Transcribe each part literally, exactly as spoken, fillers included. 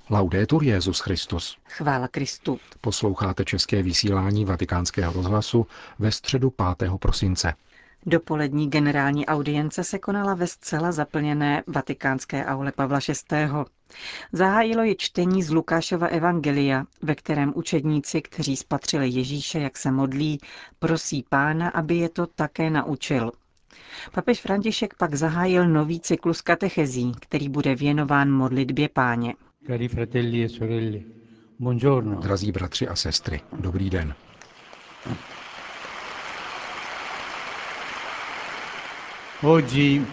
Laudetur Jesus Christus. Chvála Kristu. Posloucháte české vysílání Vatikánského rozhlasu ve středu pátého prosince. Dopolední generální audience se konala ve zcela zaplněné vatikánské aule Pavla šestého. Zahájilo ji čtení z Lukášova evangelia, ve kterém učedníci, kteří spatřili Ježíše, jak se modlí, prosí Pána, aby je to také naučil. Papež František pak zahájil nový cyklus katechezí, který bude věnován modlitbě Páně. Cari fratelli e sorelle, buongiorno. Drazí bratři a sestry, dobrý den. Oggi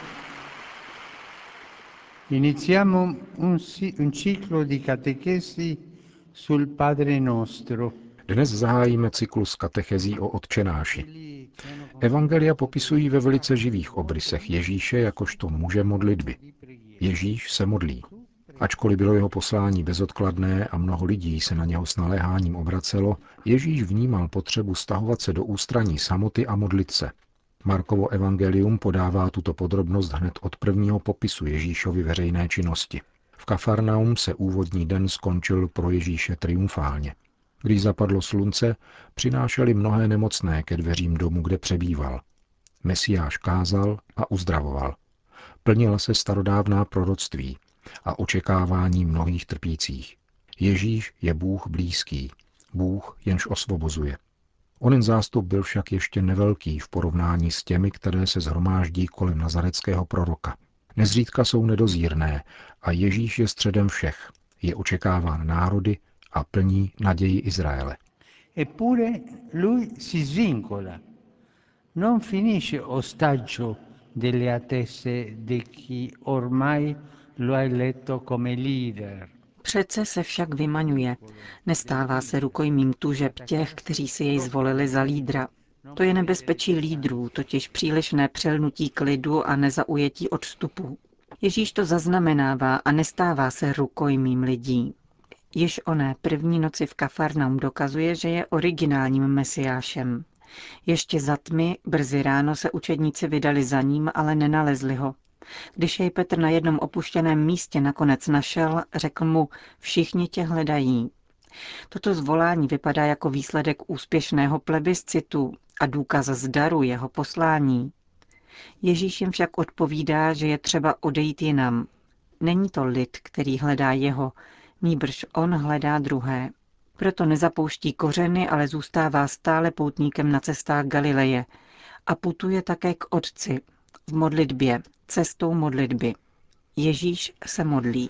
iniziamo un, un ciclo di catechesi sul Padre Nostro. Dnes zahájíme cyklus katechezí o Otčenáši. Evangelia popisují ve velice živých obrysech Ježíše jakožto muže modlitby. Ježíš se modlí. Ačkoliv bylo jeho poslání bezodkladné a mnoho lidí se na něho s naléháním obracelo, Ježíš vnímal potřebu stahovat se do ústraní samoty a modlit se. Markovo evangelium podává tuto podrobnost hned od prvního popisu Ježíšovy veřejné činnosti. V Kafarnaum se úvodní den skončil pro Ježíše triumfálně. Když zapadlo slunce, přinášeli mnohé nemocné ke dveřím domu, kde přebýval. Mesiáš kázal a uzdravoval. Plnila se starodávná proroctví a očekávání mnohých trpících. Ježíš je Bůh blízký, Bůh jenž osvobozuje. Onen zástup byl však ještě nevelký v porovnání s těmi, které se shromáždí kolem nazareckého proroka. Nezřídka jsou nedozírné a Ježíš je středem všech. Je očekáván národy a plní naději Izraele. Eppure lui si svincola. Non finisce ostaggio delle attese di chi ormai lo ha eletto come leader. Přece se však vymaňuje. Nestává se rukojmím tužeb těch, kteří si jej zvolili za lídra. To je nebezpečí lídrů, totiž přílišné přelnutí klidu a nezaujetí odstupu. Ježíš to zaznamenává a nestává se rukojmím lidí. Již oné první noci v Kafarnaum dokazuje, že je originálním mesiášem. Ještě za tmy, brzy ráno se učedníci vydali za ním, ale nenalezli ho. Když jej Petr na jednom opuštěném místě nakonec našel, řekl mu, všichni tě hledají. Toto zvolání vypadá jako výsledek úspěšného plebiscitu a důkaz zdaru jeho poslání. Ježíš jim však odpovídá, že je třeba odejít jinam. Není to lid, který hledá jeho, nýbrž on hledá druhé. Proto nezapouští kořeny, ale zůstává stále poutníkem na cestách Galileje a putuje také k Otci v modlitbě, cestou modlitby. Ježíš se modlí.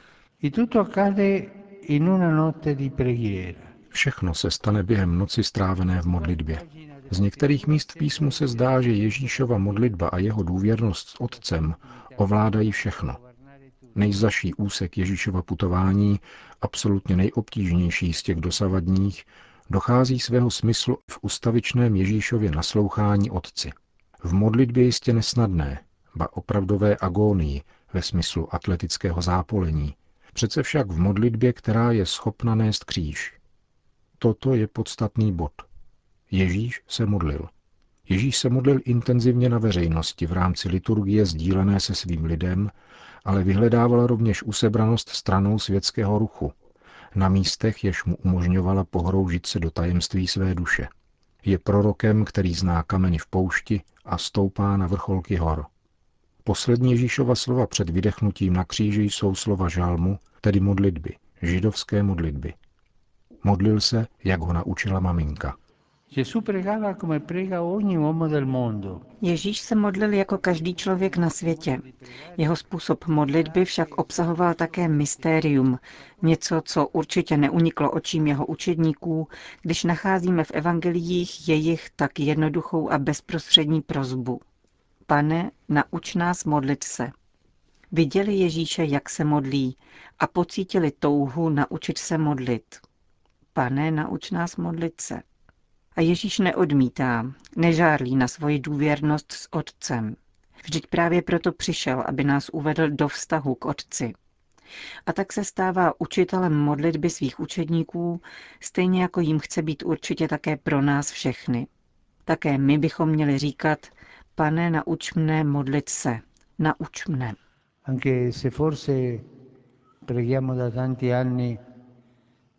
Všechno se stane během noci strávené v modlitbě. Z některých míst v písmu se zdá, že Ježíšova modlitba a jeho důvěrnost s Otcem ovládají všechno. Nejzazší úsek Ježíšova putování, absolutně nejobtížnější z těch dosavadních, dochází svého smyslu v ustavičném Ježíšově naslouchání Otci. V modlitbě jistě nesnadné, ba opravdové agónii ve smyslu atletického zápolení, přece však v modlitbě, která je schopna nést kříž. Toto je podstatný bod. Ježíš se modlil. Ježíš se modlil intenzivně na veřejnosti v rámci liturgie sdílené se svým lidem, ale vyhledával rovněž usebranost stranou světského ruchu, na místech, jež mu umožňovala pohroužit se do tajemství své duše. Je prorokem, který zná kameny v poušti a stoupá na vrcholky hor. Poslední Ježíšova slova před vydechnutím na kříži jsou slova žalmu, tedy modlitby, židovské modlitby. Modlil se, jak ho naučila maminka. Ježíš se modlil jako každý člověk na světě. Jeho způsob modlitby však obsahoval také mystérium, něco, co určitě neuniklo očím jeho učedníků, když nacházíme v evangeliích jejich tak jednoduchou a bezprostřední prosbu. Pane, nauč nás modlit se. Viděli Ježíše, jak se modlí, a pocítili touhu naučit se modlit. Pane, nauč nás modlit se. A Ježíš neodmítá, nežárlí na svoji důvěrnost s Otcem. Vždyť právě proto přišel, aby nás uvedl do vztahu k Otci. A tak se stává učitelem modlitby svých učedníků, stejně jako jim chce být určitě také pro nás všechny. Také my bychom měli říkat, Pane, nauč mne modlit se, nauč mne. Anche se forse preghiamo da tanti anni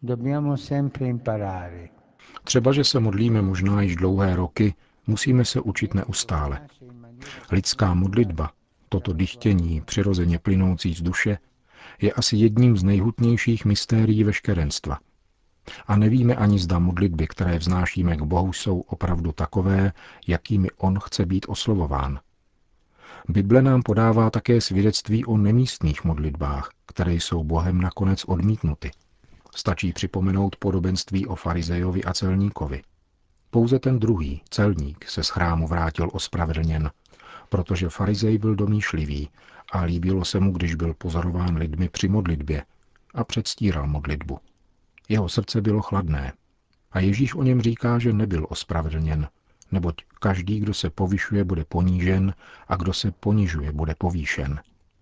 Dobbiamo sempre imparare. Třeba, že se modlíme možná již dlouhé roky, musíme se učit neustále. Lidská modlitba, toto dychtění přirozeně plynoucí z duše, je asi jedním z nejhutnějších mystérií veškerenstva. A nevíme ani zda modlitby, které vznášíme k Bohu, jsou opravdu takové, jakými On chce být oslovován. Bible nám podává také svědectví o nemístných modlitbách, které jsou Bohem nakonec odmítnuty. Stačí připomenout podobenství o farizejovi a celníkovi. Pouze ten druhý, celník, se z chrámu vrátil ospravedlněn, protože farizej byl domýšlivý a líbilo se mu, když byl pozorován lidmi při modlitbě a předstíral modlitbu. Jeho srdce bylo chladné a Ježíš o něm říká, že nebyl ospravedlněn, neboť každý, kdo se povyšuje, bude ponížen a kdo se ponižuje, bude povýšen.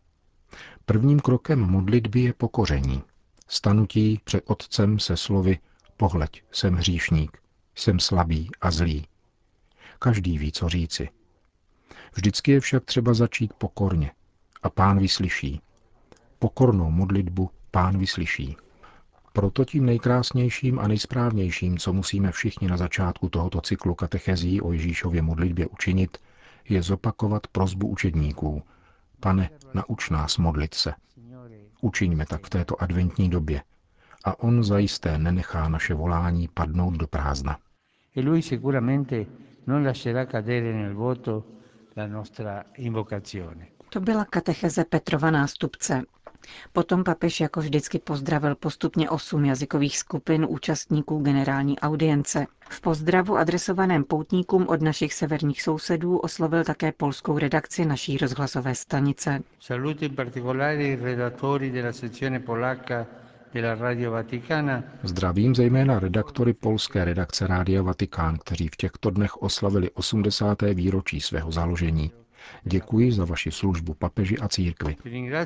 Prvním krokem modlitby je pokoření. Stanutí před Otcem se slovy pohleď, jsem hříšník, jsem slabý a zlý. Každý ví, co říci. Vždycky je však třeba začít pokorně a Pán vyslyší. Pokornou modlitbu Pán vyslyší. Proto tím nejkrásnějším a nejsprávnějším, co musíme všichni na začátku tohoto cyklu katechezí o Ježíšově modlitbě učinit, je zopakovat prosbu učedníků. Pane, nauč nás modlit se. Učiňme tak v této adventní době a on zajisté nenechá naše volání padnout do prázdna. E lui sicuramente non lascerà cadere nel vuoto la nostra invocazione. To byla katecheze Petrova nástupce. Potom papež jako vždycky pozdravil postupně osm jazykových skupin účastníků generální audience. V pozdravu adresovaném poutníkům od našich severních sousedů oslovil také polskou redakci naší rozhlasové stanice. Saluto in particolare i redattori della sezione polacca della Radio Vaticana. Zdravím zejména redaktory polské redakce Rádia Vatikán, kteří v těchto dnech oslavili osmdesáté výročí svého založení. Děkuji za vaši službu papeži a církvi.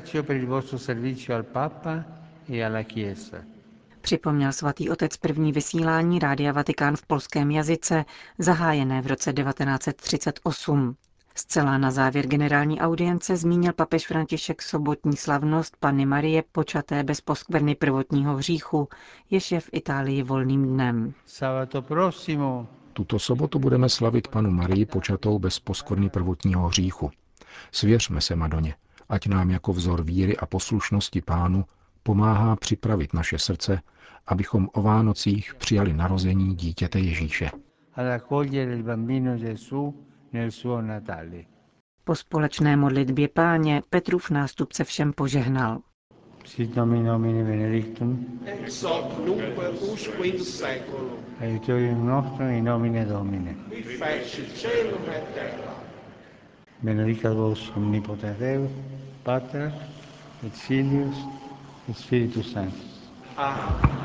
Připomněl svatý otec první vysílání Rádia Vatikán v polském jazyce, zahájené v roce devatenáct set třicet osm. Zcela na závěr generální audience zmínil papež František sobotní slavnost Panny Marie počaté bez poskvrny prvotního hříchu, jež je v Itálii volným dnem. Tuto sobotu budeme slavit Pannu Marii počatou bez poskvrny prvotního hříchu. Svěřme se Madoně, ať nám jako vzor víry a poslušnosti Pánu pomáhá připravit naše srdce, abychom o Vánocích přijali narození dítěte Ježíše. Po společné modlitbě Páně Petrův nástupce všem požehnal. Sit nomen Domini benedictum, ex hoc nunc usque in seculum, aiutorium nostrum in nomine Domini. qui fecit caelum et terra. Benedicat vos omnipotens Deus, Pater, et Filius, et Spiritus Sanctus. Amen.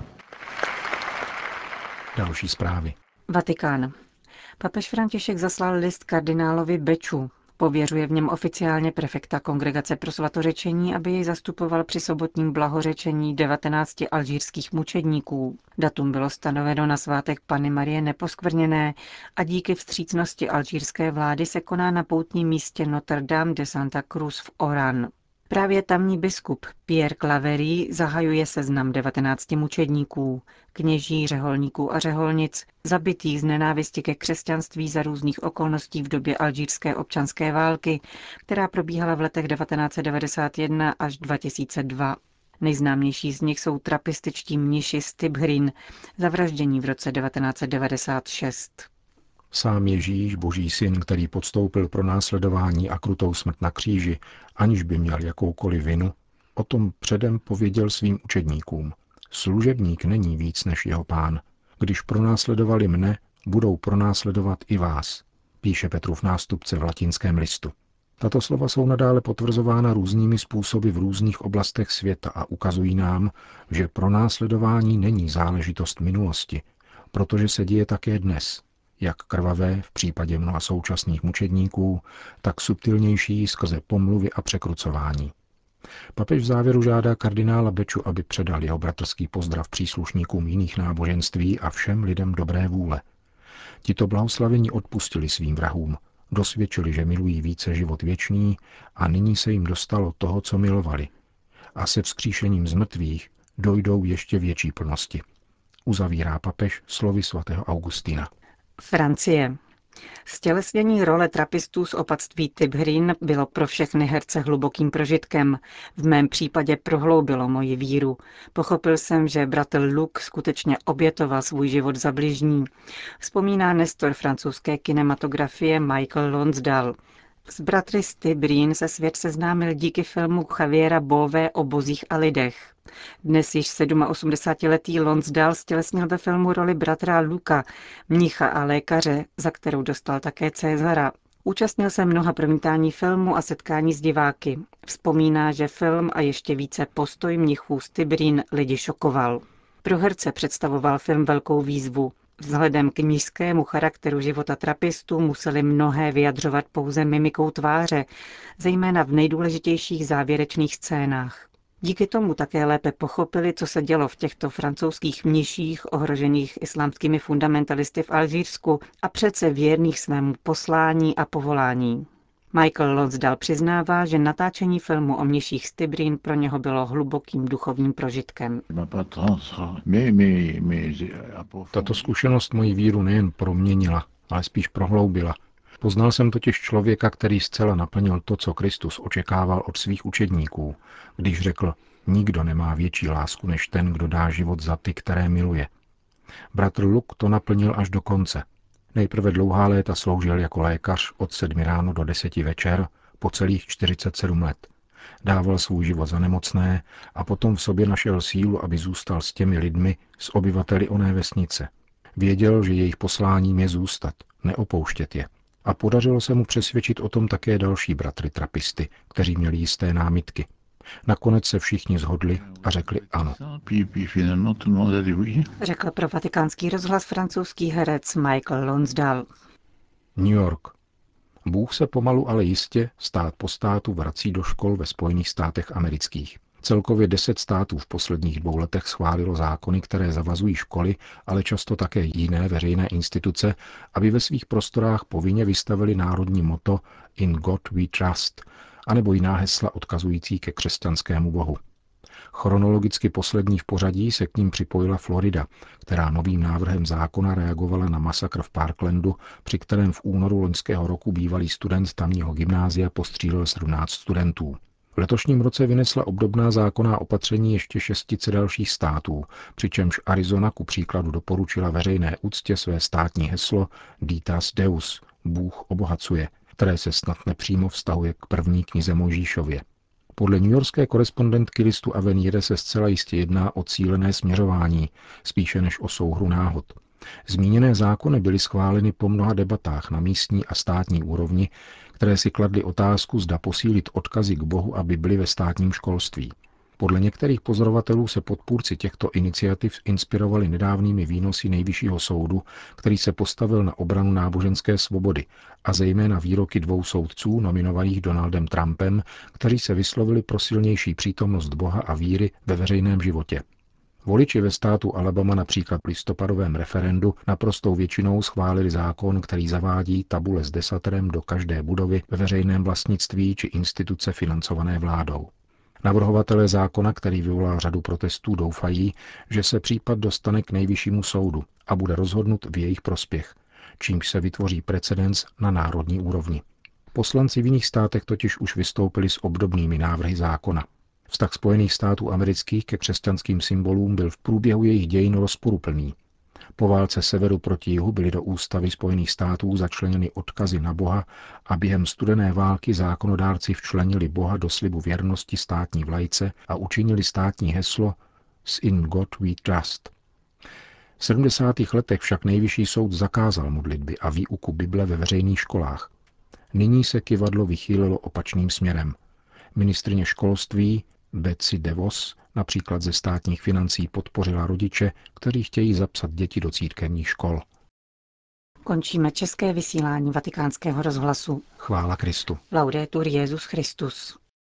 Další zprávy. Vatikán. Papež František zaslal list kardinálovi Beču. Pověřuje v něm oficiálně prefekta Kongregace pro svatořečení, aby jej zastupoval při sobotním blahořečení devatenácti alžírských mučedníků. Datum bylo stanoveno na svátek Panny Marie Neposkvrněné a díky vstřícnosti alžírské vlády se koná na poutním místě Notre Dame de Santa Cruz v Oran. Právě tamní biskup Pierre Claverie zahajuje seznam devatenácti mučedníků, kněží, řeholníků a řeholnic, zabitých z nenávisti ke křesťanství za různých okolností v době alžírské občanské války, která probíhala v letech devatenáct set devadesát jedna až dva tisíce dva. Nejznámější z nich jsou trapističtí mniši z Tibhrin, zavraždění v roce devatenáct set devadesát šest. Sám Ježíš, Boží syn, který podstoupil pronásledování a krutou smrt na kříži, aniž by měl jakoukoliv vinu, o tom předem pověděl svým učedníkům. Služebník není víc než jeho pán. Když pronásledovali mne, budou pronásledovat i vás, píše Petrův nástupce v latinském listu. Tato slova jsou nadále potvrzována různými způsoby v různých oblastech světa a ukazují nám, že pronásledování není záležitost minulosti, protože se děje také dnes, jak krvavé v případě mnoha současných mučedníků, tak subtilnější skrze pomluvy a překrucování. Papež v závěru žádá kardinála Beču, aby předal jeho bratrský pozdrav příslušníkům jiných náboženství a všem lidem dobré vůle. Tito blahoslavení odpustili svým vrahům, dosvědčili, že milují více život věčný a nyní se jim dostalo toho, co milovali. A se vzkříšením z mrtvých dojdou ještě větší plnosti. Uzavírá papež slovy svatého Augustína. Francie. Stělesnění role trapistů z opatství Tibhrin bylo pro všechny herce hlubokým prožitkem. V mém případě prohloubilo moji víru. Pochopil jsem, že bratr Luc skutečně obětoval svůj život za bližní. Vzpomíná nestor francouzské kinematografie Michael Lonsdale. S bratry z Tibhrin se svět seznámil díky filmu Javiera Bové o bozích a lidech. Dnes již osmdesátiletý Lonsdale stělesnil ve filmu roli bratra Luka, mnicha a lékaře, za kterou dostal také Césara. Účastnil se mnoha promítání filmu a setkání s diváky. Vzpomíná, že film a ještě více postoj mnichů z Tibhrin lidi šokoval. Pro herce představoval film velkou výzvu. Vzhledem k mnižskému charakteru života trapistů museli mnohé vyjadřovat pouze mimikou tváře, zejména v nejdůležitějších závěrečných scénách. Díky tomu také lépe pochopili, co se dělo v těchto francouzských mniších ohrožených islámskými fundamentalisty v Alžírsku a přece věrných svému poslání a povolání. Michael Lonsdale přiznává, že natáčení filmu o mniších z Tibhrin pro něho bylo hlubokým duchovním prožitkem. Tato zkušenost moji víru nejen proměnila, ale spíš prohloubila. Poznal jsem totiž člověka, který zcela naplnil to, co Kristus očekával od svých učedníků, když řekl, nikdo nemá větší lásku než ten, kdo dá život za ty, které miluje. Bratr Luc to naplnil až do konce. Nejprve dlouhá léta sloužil jako lékař od sedmi ráno do deseti večer po celých čtyřicet sedm let. Dával svůj život za nemocné a potom v sobě našel sílu, aby zůstal s těmi lidmi, s obyvateli oné vesnice. Věděl, že jejich posláním je zůstat, neopouštět je. A podařilo se mu přesvědčit o tom také další bratry trapisty, kteří měli jisté námitky. Nakonec se všichni shodli a řekli ano. Řekl pro Vatikánský rozhlas francouzský herec Michael Lonsdale. New York. Bůh se pomalu, ale jistě, stát po státu vrací do škol ve Spojených státech amerických. Celkově deset států v posledních dvou letech schválilo zákony, které zavazují školy, ale často také jiné veřejné instituce, aby ve svých prostorách povinně vystavili národní motto In God we trust, anebo jiná hesla odkazující ke křesťanskému bohu. Chronologicky poslední v pořadí se k ním připojila Florida, která novým návrhem zákona reagovala na masakr v Parklandu, při kterém v únoru loňského roku bývalý student tamního gymnázia postřílel sedmnáct studentů. V letošním roce vynesla obdobná zákonná opatření ještě šestice dalších států, přičemž Arizona ku příkladu doporučila veřejné úctě své státní heslo Ditas Deus, Bůh obohacuje, které se snad nepřímo vztahuje k první knize Mojžíšově. Podle newyorské korespondentky listu Avenire se zcela jistě jedná o cílené směřování, spíše než o souhru náhod. Zmíněné zákony byly schváleny po mnoha debatách na místní a státní úrovni, které si kladly otázku, zda posílit odkazy k Bohu a Bibli ve státním školství. Podle některých pozorovatelů se podpůrci těchto iniciativ inspirovali nedávnými výnosy Nejvyššího soudu, který se postavil na obranu náboženské svobody, a zejména výroky dvou soudců nominovaných Donaldem Trumpem, kteří se vyslovili pro silnější přítomnost Boha a víry ve veřejném životě. Voliči ve státu Alabama například v listopadovém referendu naprostou většinou schválili zákon, který zavádí tabule s desaterem do každé budovy ve veřejném vlastnictví či instituce financované vládou. Navrhovatelé zákona, který vyvolá řadu protestů, doufají, že se případ dostane k Nejvyššímu soudu a bude rozhodnut v jejich prospěch, čímž se vytvoří precedens na národní úrovni. Poslanci v jiných státech totiž už vystoupili s obdobnými návrhy zákona. Vztah Spojených států amerických ke křesťanským symbolům byl v průběhu jejich dějin rozporuplný. Po válce severu proti jihu byly do ústavy Spojených států začleněny odkazy na Boha a během studené války zákonodárci včlenili Boha do slibu věrnosti státní vlajce a učinili státní heslo S In God we trust. V sedmdesátých letech však Nejvyšší soud zakázal modlitby a výuku Bible ve veřejných školách. Nyní se kyvadlo vychýlilo opačným směrem. Ministryně školství Betsy DeVos například ze státních financí podpořila rodiče, kteří chtějí zapsat děti do církevních škol. Končíme české vysílání Vatikánského rozhlasu. Chvála Kristu. Laudetur Jesus Christus.